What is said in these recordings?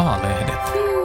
A-lehdet.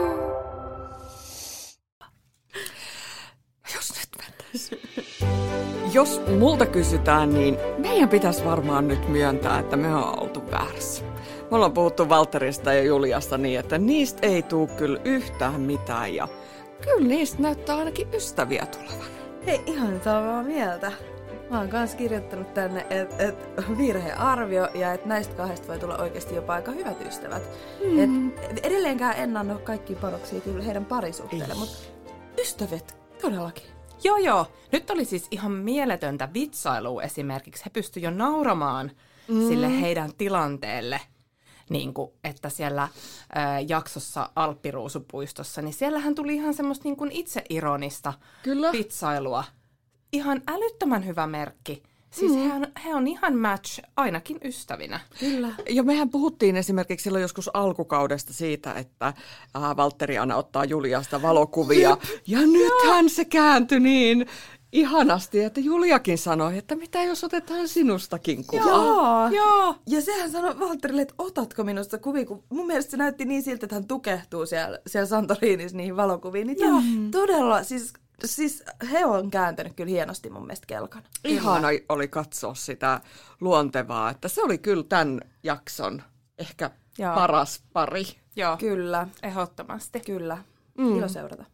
Jos nyt mentäisiin. Jos multa kysytään, niin meidän pitäisi varmaan nyt myöntää, että me ollaan oltu väärässä. Me ollaan puhuttu Valtterista ja Juliasta niin, että niistä ei tule kyllä yhtään mitään ja kyllä niistä näyttää ainakin ystäviä tulevan. Hei, ihan samaa mieltä. Mä oon kans kirjoittanut tänne, että virhearvio ja että näistä kahdesta voi tulla oikeasti jopa aika hyvät ystävät. Et edelleenkään en anna kaikkia panoksia kyllä heidän parisuhteelle, mutta ystävät todellakin. Joo. Nyt oli siis ihan mieletöntä vitsailua esimerkiksi. He pystyivät jo nauramaan sille heidän tilanteelle. Niin kuin, että siellä jaksossa Alppiruusupuistossa, niin siellähän tuli ihan semmoista niin kuin itseironista vitsailua. Ihan älyttömän hyvä merkki. Siis he on ihan match ainakin ystävinä. Kyllä. Ja mehän puhuttiin esimerkiksi silloin joskus alkukaudesta siitä, että Valtteri aina ottaa Juliasta valokuvia. Ja nythän se kääntyi niin ihanasti, että Juliakin sanoi, että mitä jos otetaan sinustakin kuvaa. Joo. Ja sehän sanoi Valtterille, että otatko minusta kuvia, kun mun mielestä se näytti niin siltä, että hän tukehtuu siellä Santorinissa niihin valokuviin. Niin todella, siis he on kääntänyt kyllä hienosti mun mielestä kelkan. Ihana oli katsoa sitä luontevaa, että se oli kyllä tämän jakson ehkä paras pari. Joo, kyllä. Ehdottomasti. Kyllä. Ilo seurata.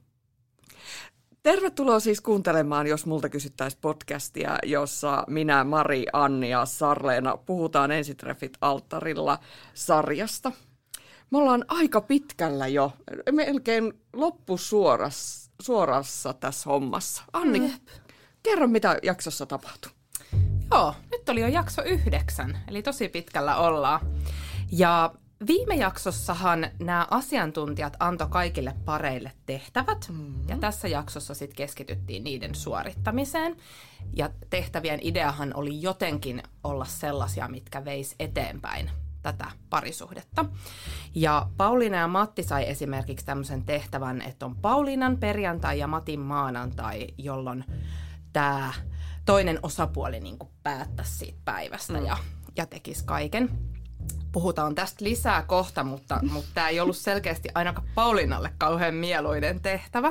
Tervetuloa siis kuuntelemaan, jos multa kysyttäisiin podcastia, jossa minä, Mari, Anni ja Sarleena puhutaan Ensitreffit alttarilla -sarjasta. Me ollaan aika pitkällä jo, melkein loppusuorassa tässä hommassa. Anni, kerro mitä jaksossa tapahtui. Joo, nyt oli jo jakso 9, eli tosi pitkällä ollaan. Ja viime jaksossahan nämä asiantuntijat antoi kaikille pareille tehtävät, ja tässä jaksossa sitten keskityttiin niiden suorittamiseen. Ja tehtävien ideahan oli jotenkin olla sellaisia, mitkä veisi eteenpäin tätä parisuhdetta. Ja Pauliina ja Matti sai esimerkiksi tämmöisen tehtävän, että on Pauliinan perjantai ja Matin maanantai, jolloin tämä toinen osapuoli niin kuin päättäisi siitä päivästä ja tekisi kaiken. Puhutaan tästä lisää kohta, mutta tämä ei ollut selkeästi ainakaan Pauliinalle kauhean mieluinen tehtävä.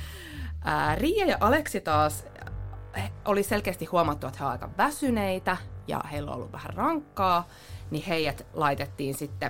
Riia ja Aleksi taas oli selkeästi huomattu, että he ovat aika väsyneitä ja heillä on ollut vähän rankkaa, niin heidät laitettiin sitten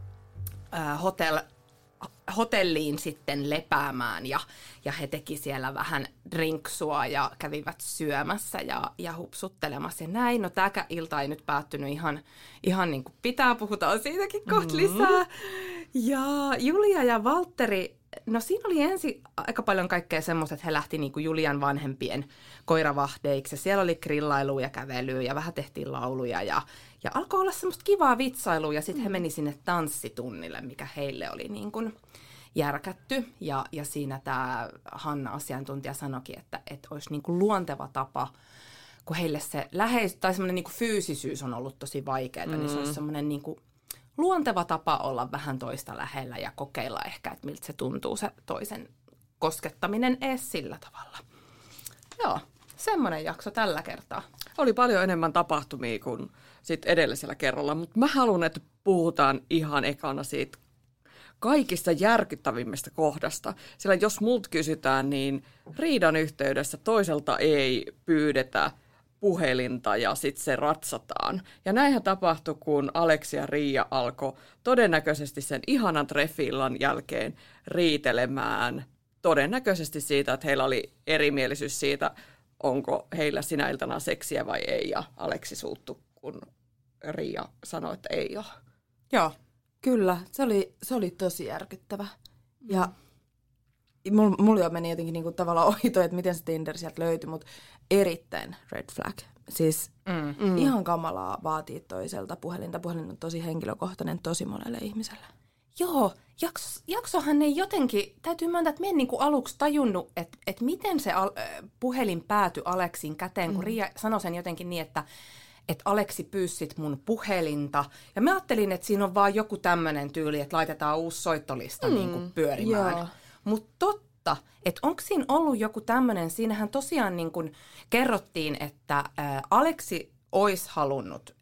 hotelliin sitten lepäämään ja he teki siellä vähän drinksua ja kävivät syömässä ja hupsuttelemassa ja näin. No tämäkään ilta ei nyt päättynyt ihan niin kuin pitää, puhutaan siitäkin kohta lisää. Ja Julia ja Valtteri, no siinä oli ensin aika paljon kaikkea semmoista, että he lähti niin kuin Julian vanhempien koiravahdeiksi ja siellä oli grillailua ja kävelyä ja vähän tehtiin lauluja ja alkoi olla semmoista kivaa vitsailua ja sitten he meni sinne tanssitunnille, mikä heille oli niin kuin järkätty. Ja siinä tämä Hanna-asiantuntija sanoikin, että olisi niin kuin luonteva tapa, kun heille se tai semmoinen niin kuin fyysisyys on ollut tosi vaikeaa, niin se olisi semmoinen niin kuin luonteva tapa olla vähän toista lähellä ja kokeilla ehkä, että miltä se tuntuu se toisen koskettaminen edes sillä tavalla. Joo, semmoinen jakso tällä kertaa. Oli paljon enemmän tapahtumia kuin sit edellisellä kerralla, mutta mä haluan, että puhutaan ihan ekana siitä kaikista järkyttävimmästä kohdasta. Sillä jos multa kysytään, niin riidan yhteydessä toiselta ei pyydetä puhelinta ja sitten se ratsataan. Ja näinhän tapahtui, kun Aleksi ja Riia alkoi todennäköisesti sen ihanan treffillan jälkeen riitelemään. Todennäköisesti siitä, että heillä oli erimielisyys siitä, onko heillä sinä iltana seksiä vai ei. Ja Aleksi suuttui, kun Riia sanoi, että ei ole. Joo, kyllä. Se oli tosi järkyttävä. Ja mulla jo meni jotenkin niinku tavallaan ohi toi, että miten se Tinder sieltä löytyi, mutta erittäin red flag. Siis ihan kamalaa vaatii toiselta puhelinta. Puhelin on tosi henkilökohtainen tosi monelle ihmiselle. Joo, jaksohan ei jotenkin, täytyy myöntää, että mä en niin kuin aluksi tajunnut, että miten se puhelin päätyi Aleksin käteen, kun Riia sanoi sen jotenkin niin, että Aleksi pyysit mun puhelinta. Ja mä ajattelin, että siinä on vaan joku tämmöinen tyyli, että laitetaan uusi soittolista niin kuin pyörimään. Mutta totta, että onko siinä ollut joku tämmöinen, siinähän tosiaan niin kuin kerrottiin, että Aleksi olisi halunnut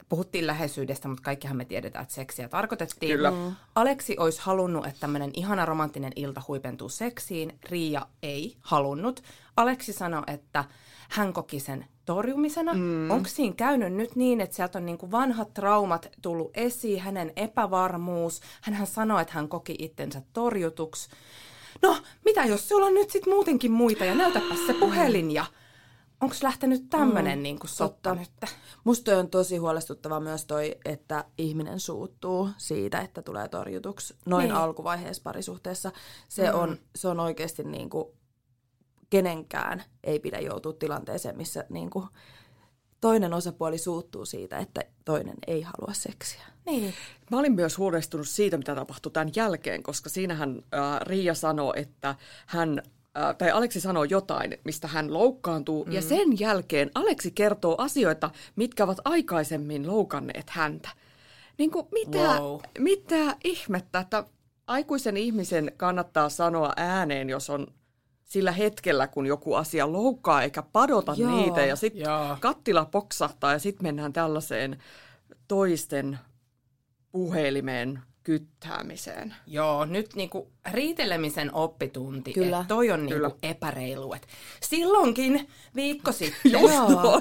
puhuttiin läheisyydestä, mutta kaikkihan me tiedetään, että seksiä tarkoitettiin. Kyllä. Aleksi olisi halunnut, että tämmöinen ihana romanttinen ilta huipentuu seksiin. Riia ei halunnut. Aleksi sanoi, että hän koki sen torjumisena. Onko siinä käynyt nyt niin, että sieltä on niinku vanhat traumat tullut esiin, hänen epävarmuus. Hänhän sanoi, että hän koki itsensä torjutuksi. No, mitä jos sulla on nyt sit muutenkin muita ja näytäpäs se puhelin ja onko lähtenyt tämmöinen niinku soppa nyt? Musta on tosi huolestuttava myös toi, että ihminen suuttuu siitä, että tulee torjutuksi noin alkuvaiheessa parisuhteessa. Se on oikeasti niinku, kenenkään ei pidä joutua tilanteeseen, missä niinku toinen osapuoli suuttuu siitä, että toinen ei halua seksiä. Niin. Mä olin myös huolestunut siitä, mitä tapahtui tämän jälkeen, koska siinähän Riia sanoi, että tai Aleksi sanoo jotain, mistä hän loukkaantuu, ja sen jälkeen Aleksi kertoo asioita, mitkä ovat aikaisemmin loukanneet häntä. Niin kuin mitä ihmettä, että aikuisen ihmisen kannattaa sanoa ääneen, jos on sillä hetkellä, kun joku asia loukkaa, eikä padota niitä, ja sitten kattila poksahtaa, ja sitten mennään tällaiseen toisten puhelimeen kyttäämiseen. Joo, nyt niinku riitelemisen oppitunti, että toi on niinku epäreilu. Et silloinkin viikko sitten. Joo,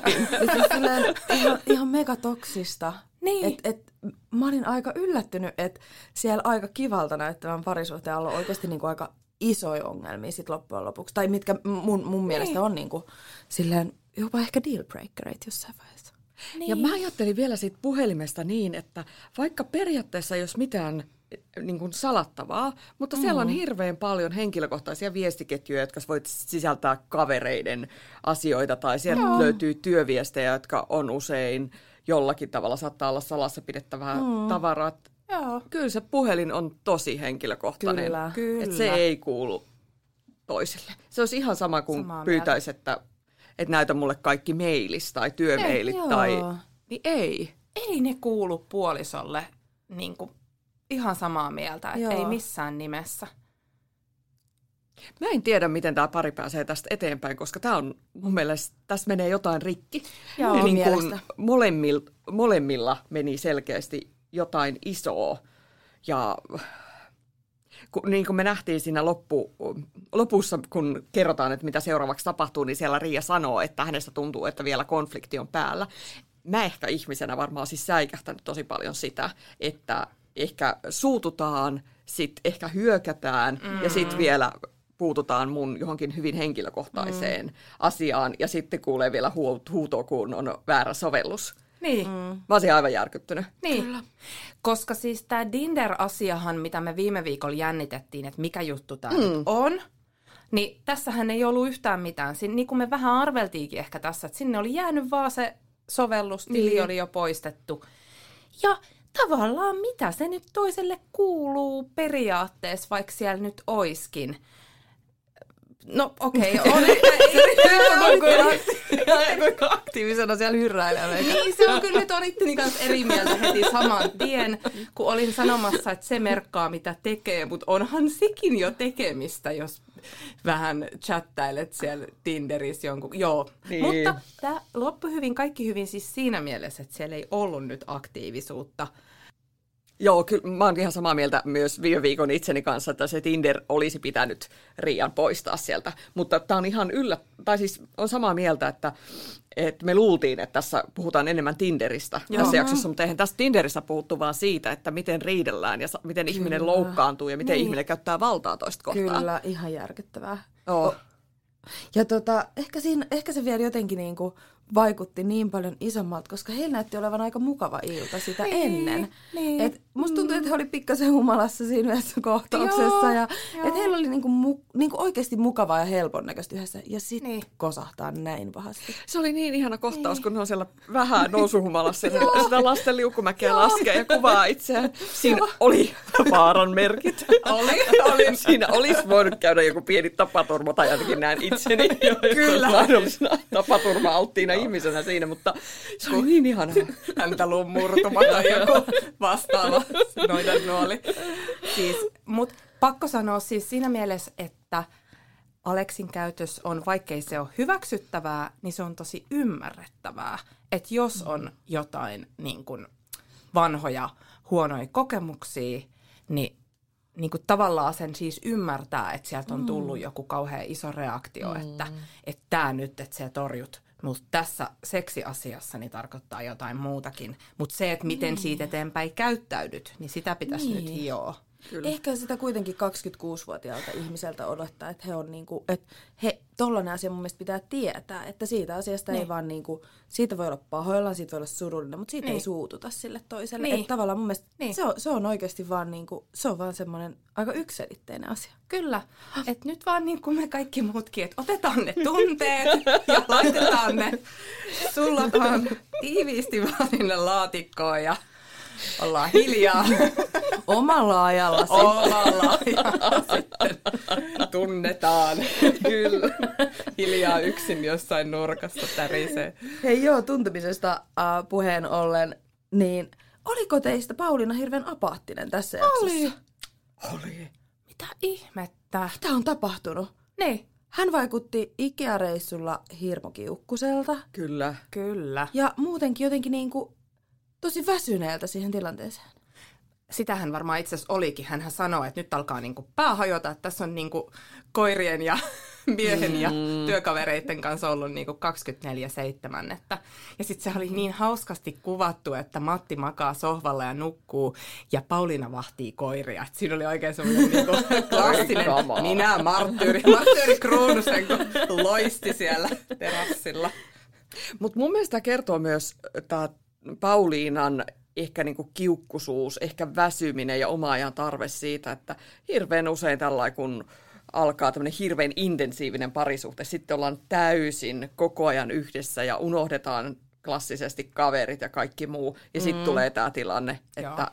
ihan megatoksista. Niin. Mä olin aika yllättynyt, että siellä aika kivalta näyttävän parisuhteen alla on oikeasti niinku aika isoja ongelmia sit loppujen lopuksi. Tai mitkä mun mielestä on niinku silleen jopa ehkä dealbreakereita jossain vaiheessa. Niin. Ja mä ajattelin vielä siitä puhelimesta niin, että vaikka periaatteessa ei olisi mitään niin kuin salattavaa, mutta siellä on hirveän paljon henkilökohtaisia viestiketjuja, jotka voit sisältää kavereiden asioita, tai sieltä löytyy työviestejä, jotka on usein jollakin tavalla, saattaa olla salassa pidettävää tavaraa. Kyllä se puhelin on tosi henkilökohtainen. Kyllä. Että se ei kuulu toisille. Se olisi ihan sama kuin pyytäisi, että näytä mulle kaikki mailista tai työmailit niin ei. Ei ne kuulu puolisolle niin kuin ihan samaa mieltä, että ei missään nimessä. Mä en tiedä, miten tämä pari pääsee tästä eteenpäin, koska tämä on mun mielestä, tässä menee jotain rikki. Joo, niin kuin molemmilla meni selkeästi jotain isoa. Ja niin kuin me nähtiin siinä lopussa, kun kerrotaan, että mitä seuraavaksi tapahtuu, niin siellä Riia sanoo, että hänestä tuntuu, että vielä konflikti on päällä. Mä ehkä ihmisenä varmaan siis säikähtänyt tosi paljon sitä, että ehkä suututaan, sitten ehkä hyökätään ja sitten vielä puututaan mun johonkin hyvin henkilökohtaiseen asiaan ja sitten kuulee vielä huutoa, kun on väärä sovellus. Niin. Mä olisin aivan järkyttynyt. Niin. Kyllä. Koska siis tämä Tinder-asiahan, mitä me viime viikolla jännitettiin, että mikä juttu tämä nyt on, niin tässähän ei ollut yhtään mitään. Niin kuin me vähän arveltiinkin ehkä tässä, että sinne oli jäänyt vaan se sovellus, tili oli jo poistettu. Ja tavallaan mitä se nyt toiselle kuuluu periaatteessa, vaikka siellä nyt oiskin. No okei, kuinka aktiivisena siellä hyrräilee. Niin, se on kyllä nyt olitteni kanssa eri mieltä heti saman tien, kun olin sanomassa, että se merkkaa mitä tekee, mutta onhan sekin jo tekemistä, jos vähän chattailet siellä Tinderissä jonkun. Joo, niin. Mutta tämä loppui hyvin, kaikki hyvin siis siinä mielessä, että siellä ei ollut nyt aktiivisuutta. Joo, kyllä mä oon ihan samaa mieltä myös viime viikon itseni kanssa, että se Tinder olisi pitänyt Riian poistaa sieltä. Mutta tämä on ihan on samaa mieltä, että me luultiin, että tässä puhutaan enemmän Tinderistä tässä jaksossa, mutta eihän tässä Tinderissä puhuttu vaan siitä, että miten riidellään ja miten ihminen loukkaantuu ja miten ihminen käyttää valtaa toista kohtaa. Kyllä, ihan järkyttävää. Ja ehkä se vielä jotenkin niinku vaikutti niin paljon isommalta, koska heillä näytti olevan aika mukava ilta sitä ennen. Niin. Et musta tuntui, että he oli pikkasen humalassa siinä yhdessä kohtauksessa. Ja että heillä oli niinku oikeasti mukavaa ja helpon näköistä yhdessä. Ja sitten kosahtaa näin pahasti. Se oli niin ihana kohtaus, kun ne on siellä vähän nousuhumalassa. Sitä lasten liukumäkeä laskee ja kuvaa itseään. Siinä oli vaaran merkit. Oli. Siinä olisi voinut käydä joku pieni tapaturma tai jotenkin näin itseni. Kyllä. Mahdollisena tapaturma-alttiina ihmisenä siinä, mutta se oli niin ihanaa. Häntä lummurtuma tai joku vastaava noidan nuoli. Siis, mutta pakko sanoa siis siinä mielessä, että Aleksin käytös on, vaikkei se ole hyväksyttävää, niin se on tosi ymmärrettävää. Että jos on jotain niin kuin vanhoja huonoja kokemuksia, niin kuin tavallaan sen siis ymmärtää, että sieltä on tullut joku kauhean iso reaktio, että tämä nyt, että sä torjut. Mutta tässä seksiasiassa niin tarkoittaa jotain muutakin. Mutta se, että miten siitä eteenpäin käyttäydyt, niin sitä pitäisi nyt hioa. Kyllä. Ehkä sitä kuitenkin 26-vuotiaalta ihmiseltä odottaa, että he on niinku, että tollainen asia mun mielestä pitää tietää, että siitä asiasta ei vaan niinku, siitä voi olla pahoillaan, siitä voi olla surullinen, mutta siitä ei suututa sille toiselle. Että tavallaan mun mielestä se on oikeasti vaan niinku, se on vaan semmoinen aika yksiselitteinen asia. Kyllä, että nyt vaan niin kuin me kaikki muutkin, että otetaan ne tunteet ja laitetaan ne, sullataan tiiviisti vaan sinne laatikkoon ja ollaan hiljaa. Omalla ajalla sitten. Omalla ajalla sitten tunnetaan. Kyllä. Hiljaa yksin jossain nurkassa tärisee. Hei joo, tuntemisesta puheen ollen, niin oliko teistä Pauliina hirveän apaattinen tässä jaksossa? Oli. Mitä ihmettä? Mitä on tapahtunut? Niin. Hän vaikutti Ikea-reissulla hirmukiukkuselta. Kyllä. Ja muutenkin jotenkin niinku tosi väsyneeltä siihen tilanteeseen. Sitähän varmaan itse asiassa olikin. Hänhän sanoi, että nyt alkaa niinku pää hajota, että tässä on niinku koirien ja miehen ja työkavereiden kanssa ollut niinku 24/7. Ja sitten se oli niin hauskasti kuvattu, että Matti makaa sohvalla ja nukkuu ja Pauliina vahtii koiria. Et siinä oli oikein semmoinen niinku klassinen minä marttyyri Kruunusen, kun loisti siellä terassilla. Mutta mun mielestä kertoo myös tämä Pauliinan ehkä niinku kiukkusuus, ehkä väsyminen ja oma ajan tarve siitä, että hirveän usein tällainen, kun alkaa tämmöinen hirveän intensiivinen parisuhte, sitten ollaan täysin koko ajan yhdessä ja unohdetaan klassisesti kaverit ja kaikki muu. Ja sitten tulee tämä tilanne, että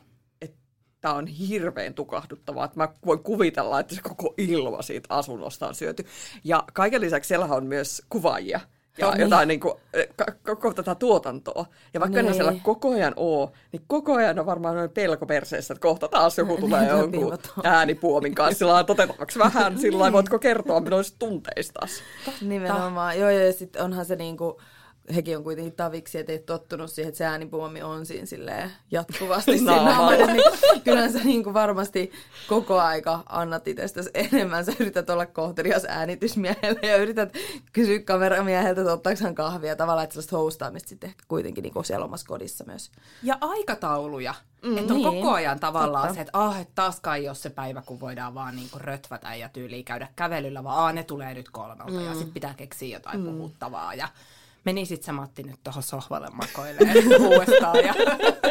tämä on hirveän tukahduttavaa, että mä voin kuvitella, että se koko ilma siitä asunnosta on syöty. Ja kaiken lisäksi siellä on myös kuvaajia. Ja jotain niin kuin, koko tätä tuotantoa. Ja vaikka en siellä koko ajan ole, niin koko ajan on varmaan noin pelko perseessä, että kohta taas joku tulee jonkun äänipuomin kanssa. Sillä totetaanko vähän, sillä voitko kertoa noista tunteista. Nimenomaan. Joo, ja sitten onhan se niinku, hekin on kuitenkin taviksi, että ei tottunut siihen, että se äänipuomi on siinä silleen jatkuvasti siinä. Niin kyllähän sä niinku varmasti koko aika annat itsestäsi enemmän. Sä yrität olla kohtelias äänitysmiehelle ja yrität kysyä kameramieheltä, että ottaako hän kahvia. Tavallaan, että sellaista hostaamista sitten ehkä kuitenkin niinku siellä omassa kodissa myös. Ja aikatauluja. Että on koko ajan tavallaan se, että taaskaan ei ole se päivä, kun voidaan vaan niinku rötvätä ja tyyliin käydä kävelyllä, vaan ne tulee nyt 3 ja sitten pitää keksiä jotain puhuttavaa ja meni sit se Matti nyt tuohon sohvalle makoilemaan uudestaan. Ja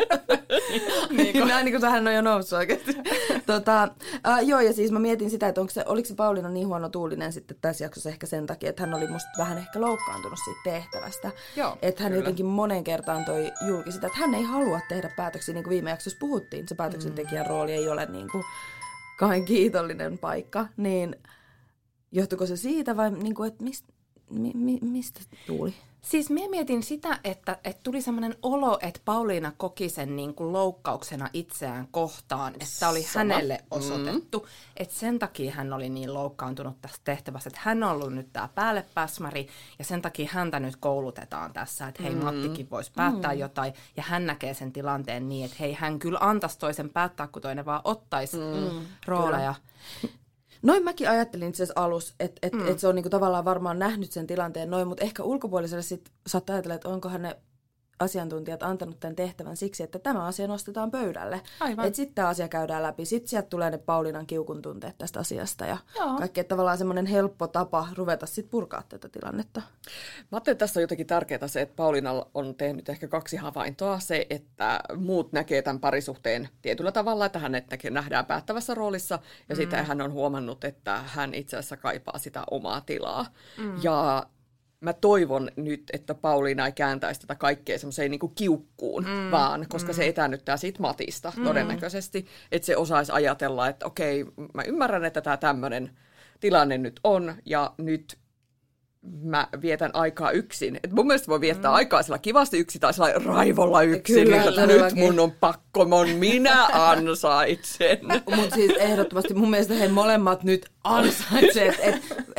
niin kuin hän on jo noussut oikeasti. Joo, ja siis mä mietin sitä, että oliko se Pauliina niin huono tuulinen sitten tässä jaksossa ehkä sen takia, että hän oli musta vähän ehkä loukkaantunut siitä tehtävästä. Joo, että hän jotenkin monen kertaan toi julki sitä, että hän ei halua tehdä päätöksiä, niin kuin viime jaksossa puhuttiin. Se päätöksentekijän rooli ei ole niin kuin kauhean kiitollinen paikka. Niin johtuiko se siitä vai niin kuin, että mistä tuuli? Siis minä mietin sitä, että tuli sellainen olo, että Pauliina koki sen niin kuin loukkauksena itseään kohtaan, että oli hänelle osoitettu. Että sen takia hän oli niin loukkaantunut tästä tehtävästä, että hän on ollut nyt tämä päällepäsmäri ja sen takia häntä nyt koulutetaan tässä, että hei Mattikin voisi päättää jotain ja hän näkee sen tilanteen niin, että hei hän kyllä antaisi toisen päättää, kun toinen vaan ottaisi rooleja. Noin mäkin ajattelin itse asiassa alussa, että se on niinku tavallaan varmaan nähnyt sen tilanteen noin, mutta ehkä ulkopuoliselle sitten saattaa ajatella, että onkohan ne asiantuntijat antanut tämän tehtävän siksi, että tämä asia nostetaan pöydälle. Että sitten tämä asia käydään läpi. Sitten sieltä tulee ne Pauliinan kiukun tunteet tästä asiasta ja kaikki, että tavallaan semmoinen helppo tapa ruveta sitten purkaa tätä tilannetta. Mä ajattelin, että tässä on jotenkin tärkeää se, että Pauliina on tehnyt ehkä 2 havaintoa. Se, että muut näkee tämän parisuhteen tietyllä tavalla, että hänet nähdään päättävässä roolissa ja sitten hän on huomannut, että hän itse asiassa kaipaa sitä omaa tilaa. Ja mä toivon nyt, että Pauliina ei kääntäisi tätä kaikkea semmoiseen niin kuin kiukkuun vaan, koska se etäännyttää siitä Matista todennäköisesti, että se osaisi ajatella, että okei, mä ymmärrän, että tämä tämmöinen tilanne nyt on ja nyt mä vietän aikaa yksin. Et mun mielestä voi viettää aikaa sillä kivasti yksin tai sillä raivolla yksin, kyllä, että nyt mun on pakko, minä ansaitsen. Mutta siis ehdottomasti mun mielestä he molemmat nyt ansaitsevat,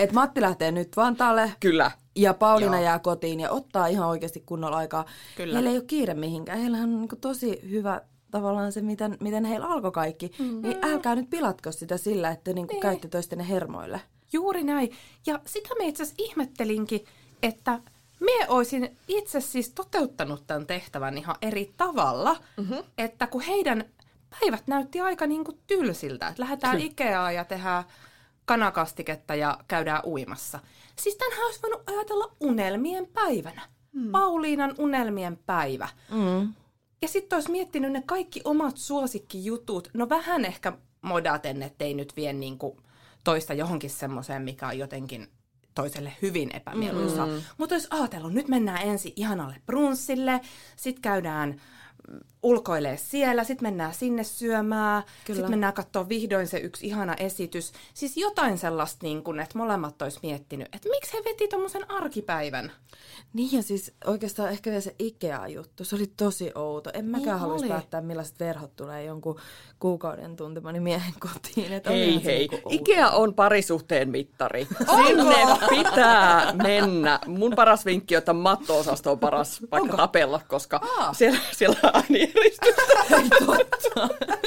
että Matti lähtee nyt Vantaalle. Kyllä. Ja Pauliina jää kotiin ja ottaa ihan oikeasti kunnolla aikaa. Kyllä. Heillä ei ole kiire mihinkään. Heillähän on niin tosi hyvä tavallaan se, miten heillä alkoi kaikki. Niin älkää nyt pilatko sitä sillä, että niin käytte toistenne hermoille. Juuri näin. Ja sitä me itse asiassa ihmettelinkin, että mie olisin itse siis toteuttanut tämän tehtävän ihan eri tavalla, että kun heidän päivät näytti aika niin kuin tylsiltä, että lähdetään Ikeaan ja tehdään kanakastiketta ja käydään uimassa. Siis tämänhän olisi voinut ajatella unelmien päivänä. Pauliinan unelmien päivä. Ja sitten olisi miettinyt ne kaikki omat suosikkijutut. No vähän ehkä modaten, ettei nyt vie niinku toista johonkin semmoiseen, mikä on jotenkin toiselle hyvin epämieluisa. Mutta olisi ajatellut, nyt mennään ensin ihanalle brunssille, sitten käydään ulkoilee siellä, sitten mennään sinne syömään, sitten mennään katsoa vihdoin se yksi ihana esitys. Siis jotain sellaista, niin kun, että molemmat olisi miettinyt, että miksi he veti tommosen arkipäivän. Niin ja siis oikeastaan ehkä vielä se Ikea-juttu, se oli tosi outo. En mäkään haluaisi päättää, millaiset verhot tulee jonkun kuukauden tuntemani miehen kotiin. Että hei. Ikea on parisuhteen mittari. Sinne pitää mennä. Mun paras vinkki on, että matto-osasto on paras paikka tapella, koska siellä on aina eristystä. Ei totta.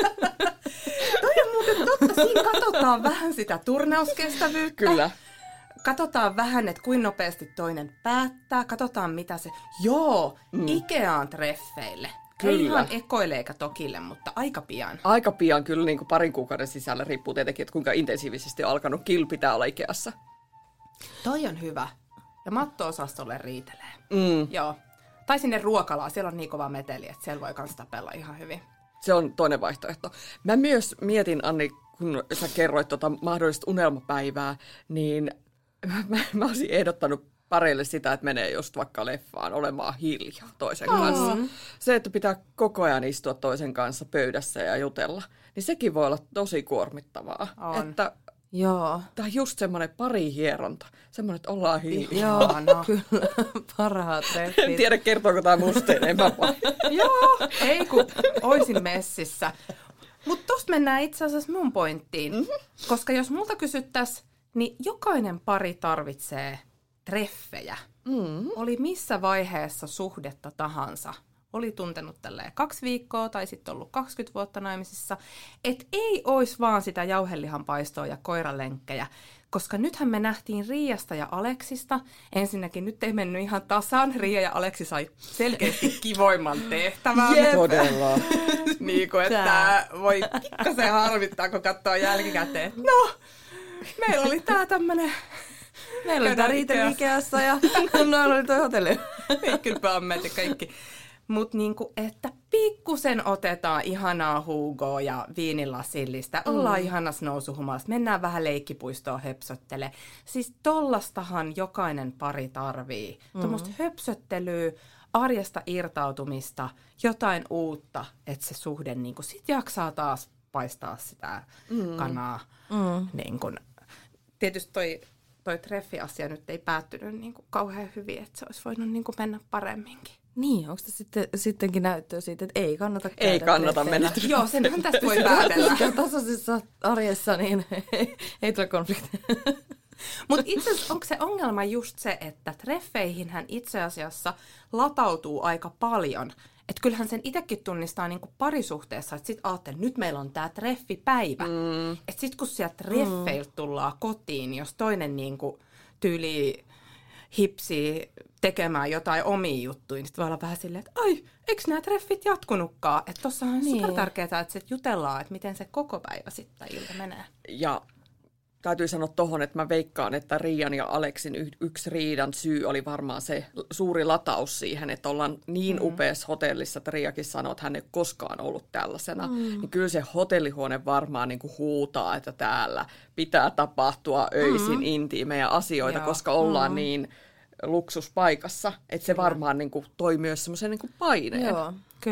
Toi on muuten totta. Siinä katsotaan vähän sitä turnauskestävyyttä. Kyllä. Katsotaan vähän, että kuinka nopeasti toinen päättää. Katsotaan, mitä se... Ikeaan treffeille. Kyllä. Ei ihan ekoille eikä tokille, mutta aika pian. Aika pian, kyllä niin kuin parin kuukauden sisällä. Riippuu tietenkin, että kuinka intensiivisesti on alkanut. Kyllä pitää olla Ikeassa. Toi on hyvä. Ja matto-osastolle riitelee. Joo. Tai sinne ruokalaan. Siellä on niin kova meteli, että siellä voi kans tapella ihan hyvin. Se on toinen vaihtoehto. Mä myös mietin, Anni, kun sä kerroit mahdollista unelmapäivää, niin mä olisin ehdottanut pareille sitä, että menee just vaikka leffaan olemaan hiljaa toisen kanssa. Se, että pitää koko ajan istua toisen kanssa pöydässä ja jutella, niin sekin voi olla tosi kuormittavaa. Että joo. Tämä on just semmoinen parihieronta. Semmoinen, että ollaan hiljaa. Joo, no. Kyllä. Parhaat treffit. En tiedä, kertooko tämä musta enemmän vai? Joo, ei kun oisin messissä. Mutta tosta mennään itse asiassa mun pointtiin. Koska jos multa kysyttäisiin, niin jokainen pari tarvitsee treffejä. Oli missä vaiheessa suhdetta tahansa. Oli tuntenut tälleen 2 viikkoa tai sitten ollut 20 vuotta naimisissa. Et ei ois vaan sitä jauhelihanpaistoa ja koiralenkkejä. Koska nythän me nähtiin Riiasta ja Aleksista. Ensinnäkin nyt ei mennyt ihan tasan. Riia ja Aleksi sai selkeästi kivoimman tehtävän. Todella. Niin kuin, että voi pikkasen harvittaa, kun katsoo jälkikäteen. No, meillä oli tää tämmönen... Meillä oli tää riitely Ikeassa ja noilla oli toi hotelli. Pikkylpammet ja kaikki. Mutta niinku, että pikkusen otetaan ihanaa Hugoa ja viinilasillista. Ollaan ihanassa nousuhumalassa. Mennään vähän leikkipuistoon höpsöttele. Siis tollastahan jokainen pari tarvii. Tuommoista höpsöttelyä, arjesta irtautumista, jotain uutta, että se suhde niinku sit jaksaa taas paistaa sitä kanaa. Niinku, tietysti toi treffiasia nyt ei päättynyt niinku kauhean hyvin, että se olisi voinut niinku mennä paremminkin. Niin, onko se sittenkin näyttöä siitä, että ei kannata käydä Ei kannata mennä. Joo, senhän tästä voi päätellä. Tasaisessa arjessa niin ei tule konflikteja. Mutta itse asiassa onko se ongelma just se, että treffeihinhän itse asiassa latautuu aika paljon. Että kyllähän sen itsekin tunnistaa niinku parisuhteessa, että sit ajattelee, nyt meillä on tää treffipäivä. Että sit kun sieltä treffeiltä tullaan kotiin, jos toinen niinku tyyli hipsii tekemään jotain omia juttuja, niin sit voi olla vähän silleen, että ai, eikö nämä treffit jatkunutkaan? Että tossahan on super tärkeää, että sit jutellaan, että miten se koko päivä sitten ilta menee. Ja täytyy sanoa tohon, että mä veikkaan, että Riian ja Aleksin yksi riidan syy oli varmaan se suuri lataus siihen, että ollaan niin upeassa hotellissa, että Riiakin sanoi, että hän ei koskaan ollut tällaisena. Niin kyllä se hotellihuone varmaan niin kuin huutaa, että täällä pitää tapahtua öisin intiimejä asioita, koska ollaan niin luksuspaikassa, että se varmaan niin kuin toi myös semmoisen niin kuin paineen. Joo,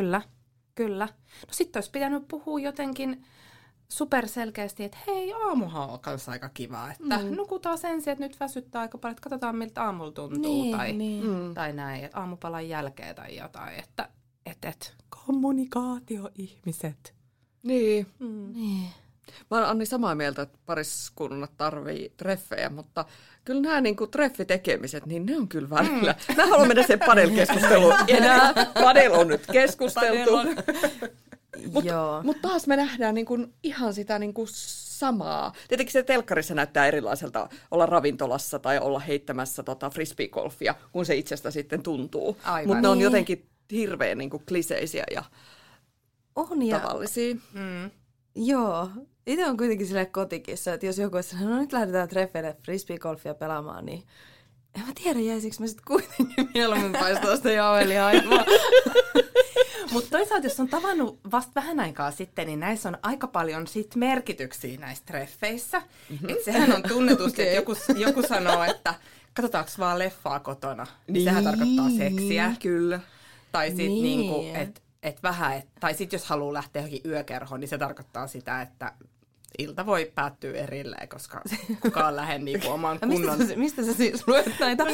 kyllä. No sitten olisi pitänyt puhua jotenkin superselkeästi, että hei, aamuhan on kanssa aika kiva, että nukutaan sen sijaan, että nyt väsyttää aika paljon, että katsotaan miltä aamulla tuntuu tai näin, että aamupalan jälkeen tai jotain, että kommunikaatio ihmiset. Niin. Niin. Mä oon Anni samaa mieltä, että pariskunnat tarvii treffejä, mutta kyllä nämä niin kuin treffitekemiset, niin ne on kyllä välillä. Mä haluan mennä sen padel-keskusteluun enää. Padel on nyt keskusteltu. Mutta taas me nähdään niin kuin ihan sitä niin kuin samaa. Tietenkin se telkkarissa näyttää erilaiselta olla ravintolassa tai olla heittämässä frisbeegolfia, kun se itsestä sitten tuntuu. Mutta ne on jotenkin hirveän niin kuin kliseisiä ja tavallisia. Joo. Itse on kuitenkin silleen kotikissa, että jos joku sanoo, no nyt lähdetään treffeille frisbeegolfia pelaamaan, niin en mä tiedä, jäisikö mä sitten kuitenkin mieluummin paistaa sitä jauheliaimaa. Mutta toisaalta, jos on tavannut vasta vähän aikaa sitten, niin näissä on aika paljon sit merkityksiä näissä treffeissä. Että sehän on tunnetusti, että joku sanoo, että katsotaanko vaan leffaa kotona. Niin sehän tarkoittaa seksiä. Kyllä. Tai sitten niinku, tai sitten jos haluaa lähteä johonkin yökerhoon, niin se tarkoittaa sitä, että ilta voi päättyä erilleen, koska kukaan lähde niinku oman kunnon... Mistä sä siis luet näitä?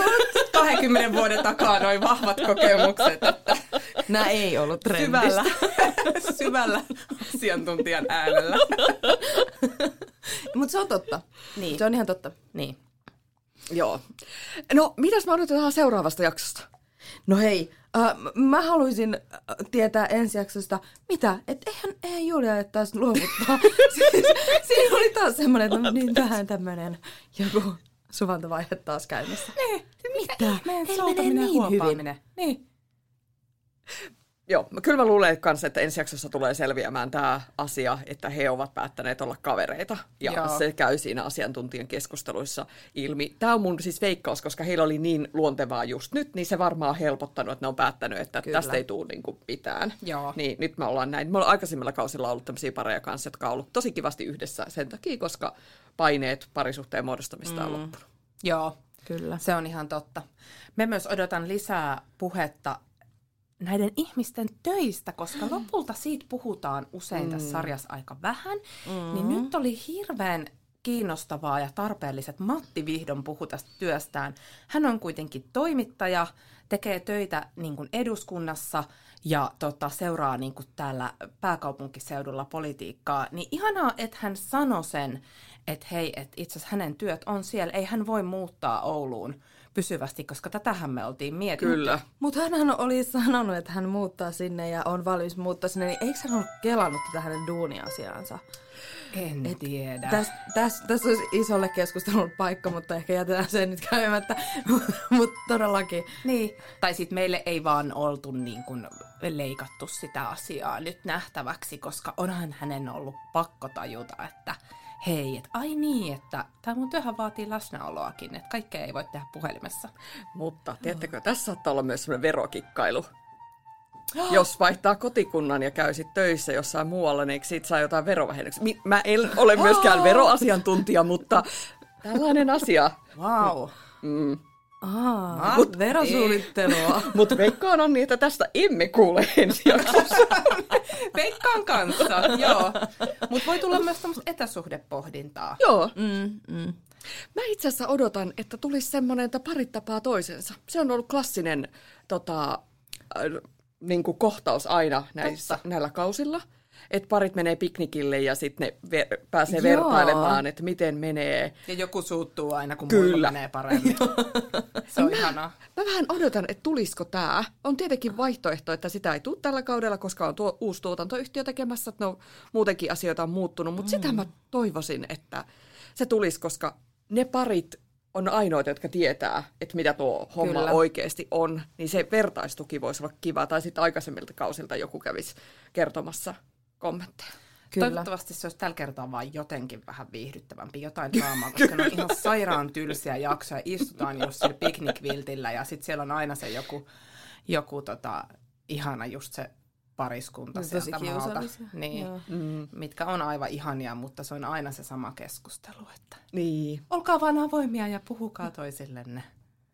20 vuoden takaa noin vahvat kokemukset, että... Nämä ei ollut trendissä. Syvällä asiantuntijan äänellä. Mutta se on totta. Niin. Se on ihan totta. Niin. Joo. No, mitäs me odotetaan seuraavasta jaksosta? No hei, mä haluaisin tietää ensi jaksosta, mitä? Että eihän Julia et taas luovuttaa. Siinä oli taas semmoinen, että niin tähän tämmöinen joku suvantovaihe taas käynnissä. Mitä? Meidän soutaminen ja huopaaminen. Niin. Joo, kyllä mä luulen kanssa, että ensi jaksossa tulee selviämään tämä asia, että he ovat päättäneet olla kavereita. Ja se käy siinä asiantuntijan keskusteluissa ilmi. Tämä on mun siis veikkaus, koska heillä oli niin luontevaa just nyt, niin se varmaan on helpottanut, että ne on päättänyt, että tästä ei tule niin kuin mitään. Joo. Niin nyt me ollaan näin. Me ollaan aikaisemmilla kausilla ollut tämmöisiä pareja kanssa, jotka on ollut tosi kivasti yhdessä sen takia, koska paineet parisuhteen muodostamista on loppunut. Joo, kyllä. Se on ihan totta. Me myös odotan lisää puhetta näiden ihmisten töistä, koska lopulta siitä puhutaan usein tässä sarjassa aika vähän, niin nyt oli hirveän kiinnostavaa ja tarpeelliset. Matti vihdoin puhui tästä työstään. Hän on kuitenkin toimittaja, tekee töitä niin kuin eduskunnassa ja seuraa niin kuin täällä pääkaupunkiseudulla politiikkaa. Niin ihanaa, että hän sanoi sen, että hei, että itse asiassa hänen työt on siellä, ei hän voi muuttaa Ouluun pysyvästi, koska tätähän me oltiin mietitty. Kyllä. Mutta hän oli sanonut, että hän muuttaa sinne ja on valmis muuttaa sinne, niin eikö hän ole kelannut tätä hänen duuniasiaansa? En tiedä. Tässä olisi isolle keskustelun paikka, mutta ehkä jätetään sen nyt käymättä. Mutta todellakin. Niin. Tai sitten meille ei vaan oltu niin kuin leikattu sitä asiaa nyt nähtäväksi, koska onhan hänen ollut pakko tajuta, että hei, että ai niin, että tämä mun työhän vaatii läsnäoloakin, että kaikkea ei voi tehdä puhelimessa. Mutta tiedättekö, tässä saattaa olla myös sellainen verokikkailu. Jos vaihtaa kotikunnan ja käy sit töissä jossain muualla, niin siitä saa jotain verovähennyksiä. Mä en ole myöskään veroasiantuntija, mutta tällainen asia. Vau. Verosuunnittelua. Mutta veikkaan on niin, että tästä emme kuule ensi jaksossa. Veikkaan kanssa, joo. Mutta voi tulla myös tämmöistä etäsuhdepohdintaa. Joo. Mä itse asiassa odotan, että tulisi semmoinen, että parit tapaa toisensa. Se on ollut klassinen niin kuin kohtaus aina näillä kausilla. Että parit menee piknikille ja sitten ne pääsee vertailemaan, että miten menee. Ja joku suuttuu aina, kun muilla menee paremmin. Se on ihanaa. Mä vähän odotan, että tulisiko tämä. On tietenkin vaihtoehto, että sitä ei tule tällä kaudella, koska on uusi tuotantoyhtiö tekemässä. Että no, muutenkin asioita on muuttunut, mutta sitä mä toivoisin, että se tulisi, koska ne parit on ainoita, jotka tietää, että mitä tuo homma oikeasti on. Niin se vertaistuki voisi olla kiva. Tai sitten aikaisemmilta kausilta joku kävisi kertomassa kommentteja. Kyllä. Toivottavasti se olisi tällä kertaa vaan jotenkin vähän viihdyttävämpi, jotain draamaa, koska ne on ihan sairaan tylsiä jaksoja. Istutaan just sillä piknikviltillä ja sitten siellä on aina se joku ihana just se pariskunta sieltä maalta. Niin, mitkä on aivan ihania, mutta se on aina se sama keskustelu. Että niin. Olkaa vaan avoimia ja puhukaa toisillenne.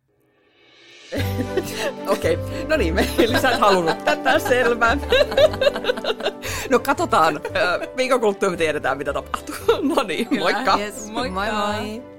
Okei, no niin, me lisää halunnut tätä selvää. No katsotaan, viikon kuluttua me tiedetään mitä tapahtuu. No niin, moikka! Yes, moi moi!